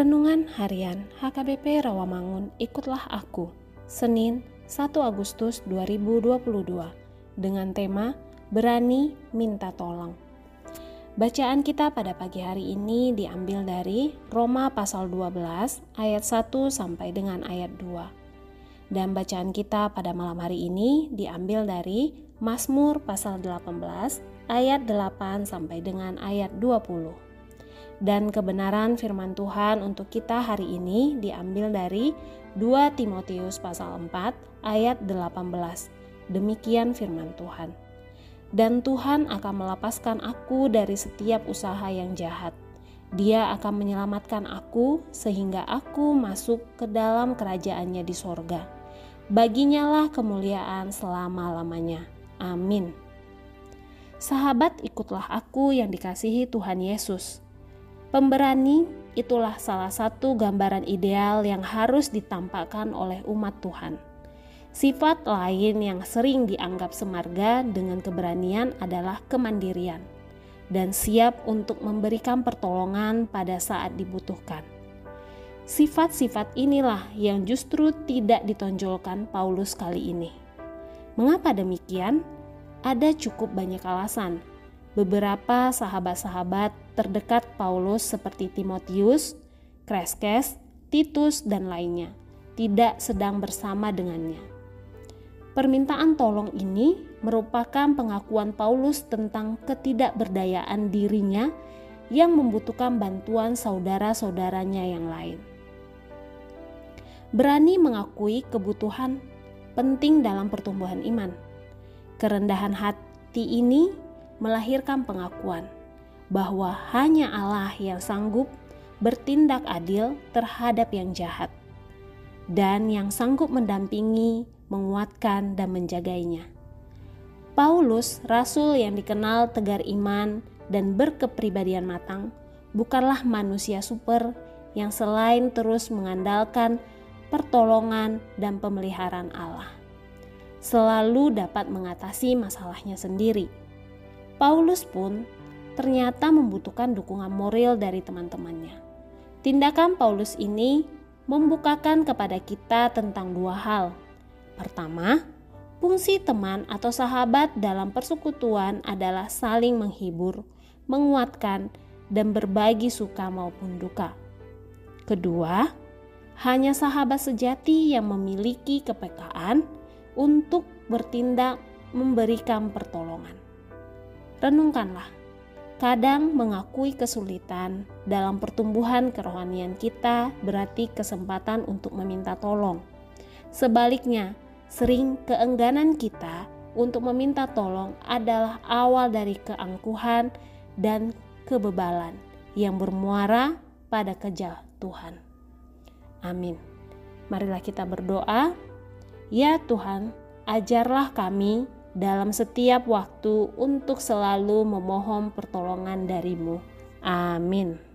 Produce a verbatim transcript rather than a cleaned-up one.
Renungan Harian H K B P Rawamangun, ikutlah aku, Senin satu Agustus dua ribu dua puluh dua, dengan tema Berani Minta Tolong. Bacaan kita pada pagi hari ini diambil dari Roma pasal dua belas ayat satu sampai dengan ayat dua. Dan bacaan kita pada malam hari ini diambil dari Mazmur pasal delapan belas ayat delapan sampai dengan ayat dua puluh. Dan kebenaran firman Tuhan untuk kita hari ini diambil dari dua Timotius pasal empat ayat delapan belas. Demikian firman Tuhan. Dan Tuhan akan melepaskan aku dari setiap usaha yang jahat. Dia akan menyelamatkan aku sehingga aku masuk ke dalam kerajaannya di sorga. Baginyalah kemuliaan selama-lamanya. Amin. Sahabat, ikutlah aku yang dikasihi Tuhan Yesus. Pemberani itulah salah satu gambaran ideal yang harus ditampakkan oleh umat Tuhan. Sifat lain yang sering dianggap semarga dengan keberanian adalah kemandirian dan siap untuk memberikan pertolongan pada saat dibutuhkan. Sifat-sifat inilah yang justru tidak ditonjolkan Paulus kali ini. Mengapa demikian? Ada cukup banyak alasan. Beberapa sahabat-sahabat terdekat Paulus seperti Timotius, Kreskes, Titus, dan lainnya tidak sedang bersama dengannya. Permintaan tolong ini merupakan pengakuan Paulus tentang ketidakberdayaan dirinya yang membutuhkan bantuan saudara-saudaranya yang lain. Berani mengakui kebutuhan penting dalam pertumbuhan iman. Kerendahan hati ini melahirkan pengakuan bahwa hanya Allah yang sanggup bertindak adil terhadap yang jahat dan yang sanggup mendampingi, menguatkan, dan menjagainya. Paulus, rasul yang dikenal tegar iman dan berkepribadian matang, bukanlah manusia super yang selain terus mengandalkan pertolongan dan pemeliharaan Allah, selalu dapat mengatasi masalahnya sendiri. Paulus pun ternyata membutuhkan dukungan moral dari teman-temannya. Tindakan Paulus ini membukakan kepada kita tentang dua hal. Pertama, fungsi teman atau sahabat dalam persekutuan adalah saling menghibur, menguatkan, dan berbagi suka maupun duka. Kedua, hanya sahabat sejati yang memiliki kepekaan untuk bertindak memberikan pertolongan. Renungkanlah, kadang mengakui kesulitan dalam pertumbuhan kerohanian kita berarti kesempatan untuk meminta tolong. Sebaliknya, sering keengganan kita untuk meminta tolong adalah awal dari keangkuhan dan kebebalan yang bermuara pada kejatuhan. Amin. Marilah kita berdoa. Ya Tuhan, ajarlah kami dalam setiap waktu untuk selalu memohon pertolongan dari-Mu. Amin.